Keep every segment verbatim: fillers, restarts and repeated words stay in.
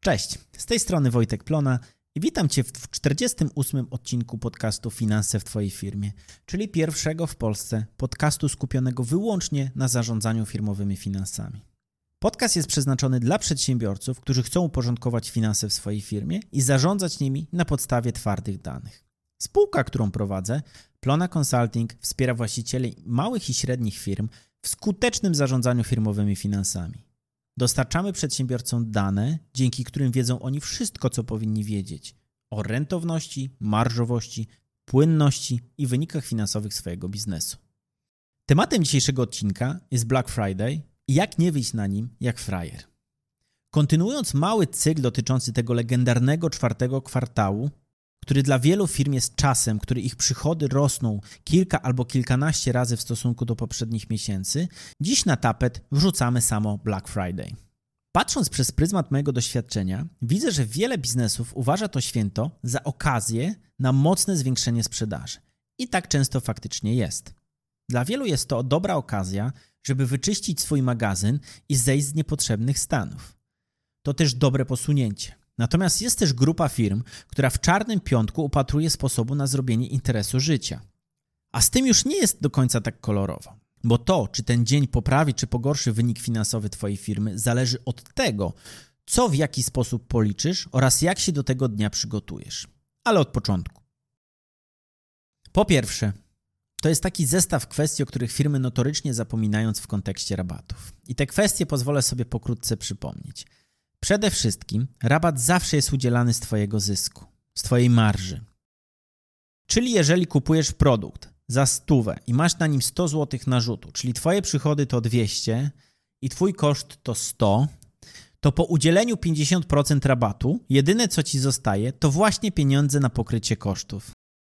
Cześć, z tej strony Wojtek Plona i witam Cię w czterdziestym ósmym odcinku podcastu Finanse w Twojej firmie, czyli pierwszego w Polsce podcastu skupionego wyłącznie na zarządzaniu firmowymi finansami. Podcast jest przeznaczony dla przedsiębiorców, którzy chcą uporządkować finanse w swojej firmie i zarządzać nimi na podstawie twardych danych. Spółka, którą prowadzę, Plona Consulting, wspiera właścicieli małych i średnich firm w skutecznym zarządzaniu firmowymi finansami. Dostarczamy przedsiębiorcom dane, dzięki którym wiedzą oni wszystko, co powinni wiedzieć o rentowności, marżowości, płynności i wynikach finansowych swojego biznesu. Tematem dzisiejszego odcinka jest Black Friday i jak nie wyjść na nim jak frajer. Kontynuując mały cykl dotyczący tego legendarnego czwartego kwartału, który dla wielu firm jest czasem, który ich przychody rosną kilka albo kilkanaście razy w stosunku do poprzednich miesięcy, dziś na tapet wrzucamy samo Black Friday. Patrząc przez pryzmat mojego doświadczenia, widzę, że wiele biznesów uważa to święto za okazję na mocne zwiększenie sprzedaży. I tak często faktycznie jest. Dla wielu jest to dobra okazja, żeby wyczyścić swój magazyn i zejść z niepotrzebnych stanów. To też dobre posunięcie. Natomiast jest też grupa firm, która w czarnym piątku upatruje sposobu na zrobienie interesu życia. A z tym już nie jest do końca tak kolorowo, bo to, czy ten dzień poprawi czy pogorszy wynik finansowy Twojej firmy, zależy od tego, co w jaki sposób policzysz oraz jak się do tego dnia przygotujesz. Ale od początku. Po pierwsze, to jest taki zestaw kwestii, o których firmy notorycznie zapominają w kontekście rabatów. I te kwestie pozwolę sobie pokrótce przypomnieć. Przede wszystkim rabat zawsze jest udzielany z Twojego zysku, z Twojej marży. Czyli jeżeli kupujesz produkt za stówę i masz na nim sto złotych narzutu, czyli Twoje przychody to dwieście i Twój koszt to sto, to po udzieleniu pięćdziesiąt procent rabatu jedyne co Ci zostaje to właśnie pieniądze na pokrycie kosztów.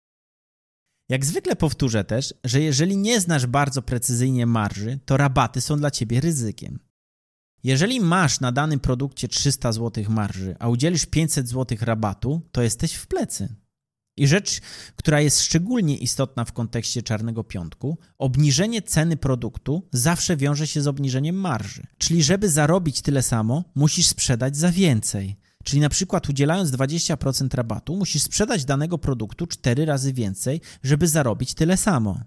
Jak zwykle powtórzę też, że jeżeli nie znasz bardzo precyzyjnie marży, to rabaty są dla Ciebie ryzykiem. Jeżeli masz na danym produkcie trzysta złotych marży, a udzielisz pięćset złotych rabatu, to jesteś w plecy. I rzecz, która jest szczególnie istotna w kontekście czarnego piątku, obniżenie ceny produktu zawsze wiąże się z obniżeniem marży. Czyli żeby zarobić tyle samo, musisz sprzedać za więcej. Czyli na przykład udzielając dwadzieścia procent rabatu, musisz sprzedać danego produktu cztery razy więcej, żeby zarobić tyle samo.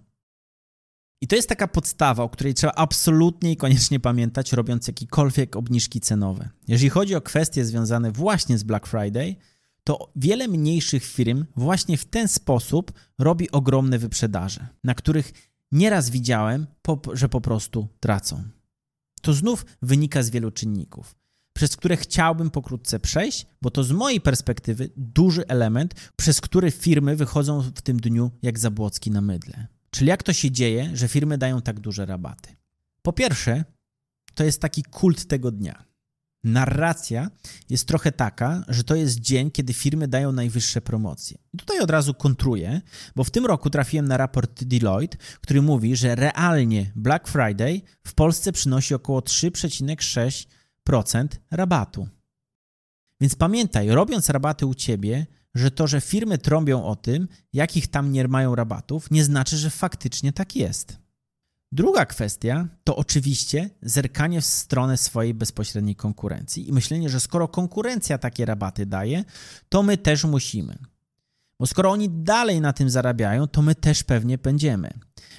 I to jest taka podstawa, o której trzeba absolutnie i koniecznie pamiętać, robiąc jakiekolwiek obniżki cenowe. Jeżeli chodzi o kwestie związane właśnie z Black Friday, to wiele mniejszych firm właśnie w ten sposób robi ogromne wyprzedaże, na których nieraz widziałem, że po prostu tracą. To znów wynika z wielu czynników, przez które chciałbym pokrótce przejść, bo to z mojej perspektywy duży element, przez który firmy wychodzą w tym dniu jak Zabłocki na mydle. Czyli jak to się dzieje, że firmy dają tak duże rabaty? Po pierwsze, to jest taki kult tego dnia. Narracja jest trochę taka, że to jest dzień, kiedy firmy dają najwyższe promocje. I tutaj od razu kontruję, bo w tym roku trafiłem na raport Deloitte, który mówi, że realnie Black Friday w Polsce przynosi około trzy przecinek sześć procent rabatu. Więc pamiętaj, robiąc rabaty u Ciebie, że to, że firmy trąbią o tym, jakich tam nie mają rabatów, nie znaczy, że faktycznie tak jest. Druga kwestia to oczywiście zerkanie w stronę swojej bezpośredniej konkurencji i myślenie, że skoro konkurencja takie rabaty daje, to my też musimy. Bo skoro oni dalej na tym zarabiają, to my też pewnie będziemy.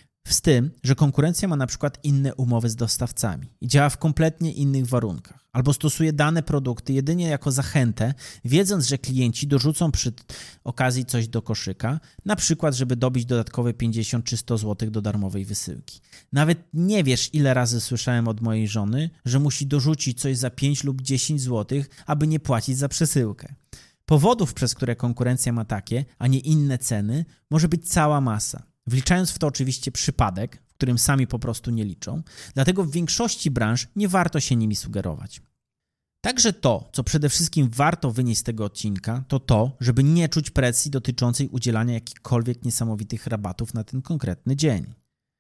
Z tym, że konkurencja ma na przykład inne umowy z dostawcami i działa w kompletnie innych warunkach, albo stosuje dane produkty jedynie jako zachętę, wiedząc, że klienci dorzucą przy okazji coś do koszyka, na przykład, żeby dobić dodatkowe pięćdziesiąt czy sto złotych do darmowej wysyłki. Nawet nie wiesz, ile razy słyszałem od mojej żony, że musi dorzucić coś za pięć lub dziesięć złotych, aby nie płacić za przesyłkę. Powodów, przez które konkurencja ma takie, a nie inne ceny, może być cała masa. Wliczając w to oczywiście przypadek, w którym sami po prostu nie liczą, dlatego w większości branż nie warto się nimi sugerować. Także to, co przede wszystkim warto wynieść z tego odcinka, to to, żeby nie czuć presji dotyczącej udzielania jakichkolwiek niesamowitych rabatów na ten konkretny dzień.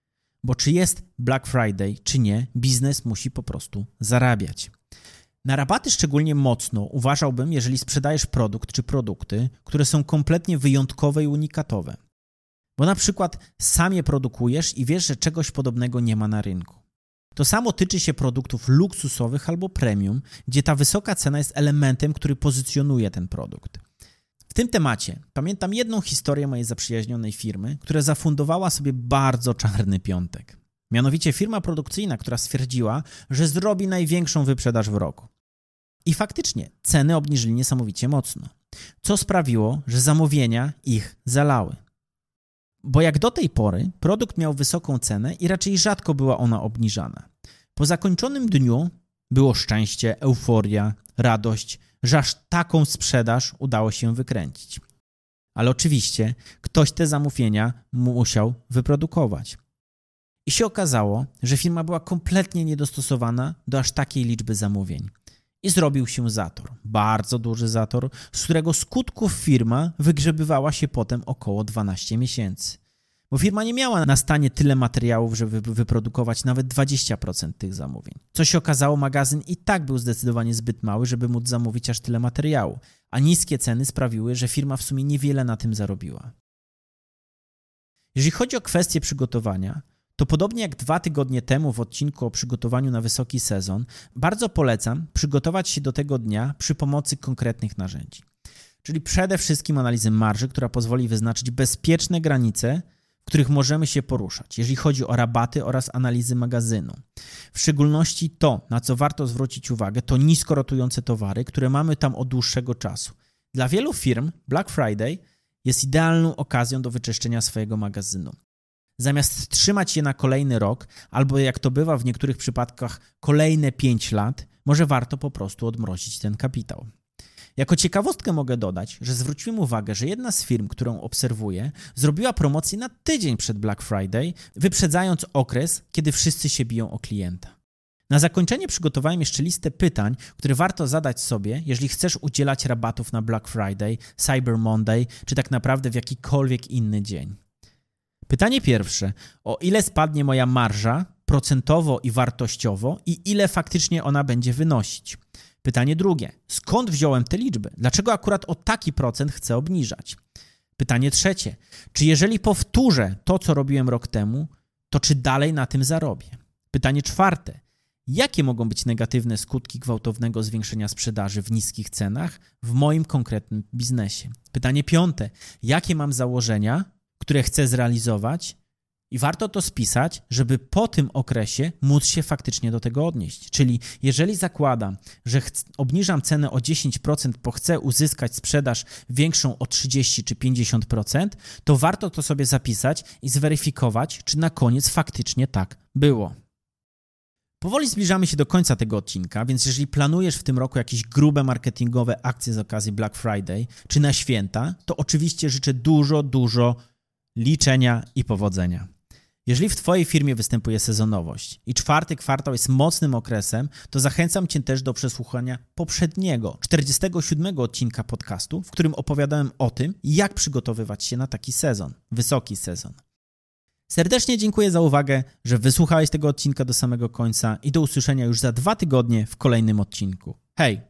Bo czy jest Black Friday, czy nie, biznes musi po prostu zarabiać. Na rabaty szczególnie mocno uważałbym, jeżeli sprzedajesz produkt czy produkty, które są kompletnie wyjątkowe i unikatowe. Bo na przykład sam je produkujesz i wiesz, że czegoś podobnego nie ma na rynku. To samo tyczy się produktów luksusowych albo premium, gdzie ta wysoka cena jest elementem, który pozycjonuje ten produkt. W tym temacie pamiętam jedną historię mojej zaprzyjaźnionej firmy, która zafundowała sobie bardzo czarny piątek. Mianowicie firma produkcyjna, która stwierdziła, że zrobi największą wyprzedaż w roku. I faktycznie ceny obniżyli niesamowicie mocno, co sprawiło, że zamówienia ich zalały. Bo jak do tej pory produkt miał wysoką cenę i raczej rzadko była ona obniżana. Po zakończonym dniu było szczęście, euforia, radość, że aż taką sprzedaż udało się wykręcić. Ale oczywiście ktoś te zamówienia musiał wyprodukować. I się okazało, że firma była kompletnie niedostosowana do aż takiej liczby zamówień. I zrobił się zator, bardzo duży zator, z którego skutków firma wygrzebywała się potem około dwanaście miesięcy. Bo firma nie miała na stanie tyle materiałów, żeby wyprodukować nawet dwadzieścia procent tych zamówień. Co się okazało, magazyn i tak był zdecydowanie zbyt mały, żeby móc zamówić aż tyle materiału, a niskie ceny sprawiły, że firma w sumie niewiele na tym zarobiła. Jeżeli chodzi o kwestię przygotowania, to podobnie jak dwa tygodnie temu w odcinku o przygotowaniu na wysoki sezon, bardzo polecam przygotować się do tego dnia przy pomocy konkretnych narzędzi. Czyli przede wszystkim analizy marży, która pozwoli wyznaczyć bezpieczne granice, w których możemy się poruszać, jeżeli chodzi o rabaty oraz analizy magazynu. W szczególności to, na co warto zwrócić uwagę, to nisko rotujące towary, które mamy tam od dłuższego czasu. Dla wielu firm Black Friday jest idealną okazją do wyczyszczenia swojego magazynu. Zamiast trzymać je na kolejny rok, albo jak to bywa w niektórych przypadkach kolejne pięć lat, może warto po prostu odmrozić ten kapitał. Jako ciekawostkę mogę dodać, że zwróciłem uwagę, że jedna z firm, którą obserwuję, zrobiła promocję na tydzień przed Black Friday, wyprzedzając okres, kiedy wszyscy się biją o klienta. Na zakończenie przygotowałem jeszcze listę pytań, które warto zadać sobie, jeżeli chcesz udzielać rabatów na Black Friday, Cyber Monday, czy tak naprawdę w jakikolwiek inny dzień. Pytanie pierwsze, o ile spadnie moja marża procentowo i wartościowo i ile faktycznie ona będzie wynosić? Pytanie drugie, skąd wziąłem te liczby? Dlaczego akurat o taki procent chcę obniżać? Pytanie trzecie, czy jeżeli powtórzę to, co robiłem rok temu, to czy dalej na tym zarobię? Pytanie czwarte, jakie mogą być negatywne skutki gwałtownego zwiększenia sprzedaży w niskich cenach w moim konkretnym biznesie? Pytanie piąte, jakie mam założenia, które chcę zrealizować i warto to spisać, żeby po tym okresie móc się faktycznie do tego odnieść. Czyli jeżeli zakładam, że ch- obniżam cenę o dziesięć procent, bo chcę uzyskać sprzedaż większą o trzydzieści czy pięćdziesiąt procent, to warto to sobie zapisać i zweryfikować, czy na koniec faktycznie tak było. Powoli zbliżamy się do końca tego odcinka, więc jeżeli planujesz w tym roku jakieś grube marketingowe akcje z okazji Black Friday czy na święta, to oczywiście życzę dużo, dużo liczenia i powodzenia. Jeżeli w Twojej firmie występuje sezonowość i czwarty kwartał jest mocnym okresem, to zachęcam Cię też do przesłuchania poprzedniego, czterdziestego siódmego odcinka podcastu, w którym opowiadałem o tym, jak przygotowywać się na taki sezon, wysoki sezon. Serdecznie dziękuję za uwagę, że wysłuchałeś tego odcinka do samego końca i do usłyszenia już za dwa tygodnie w kolejnym odcinku. Hej!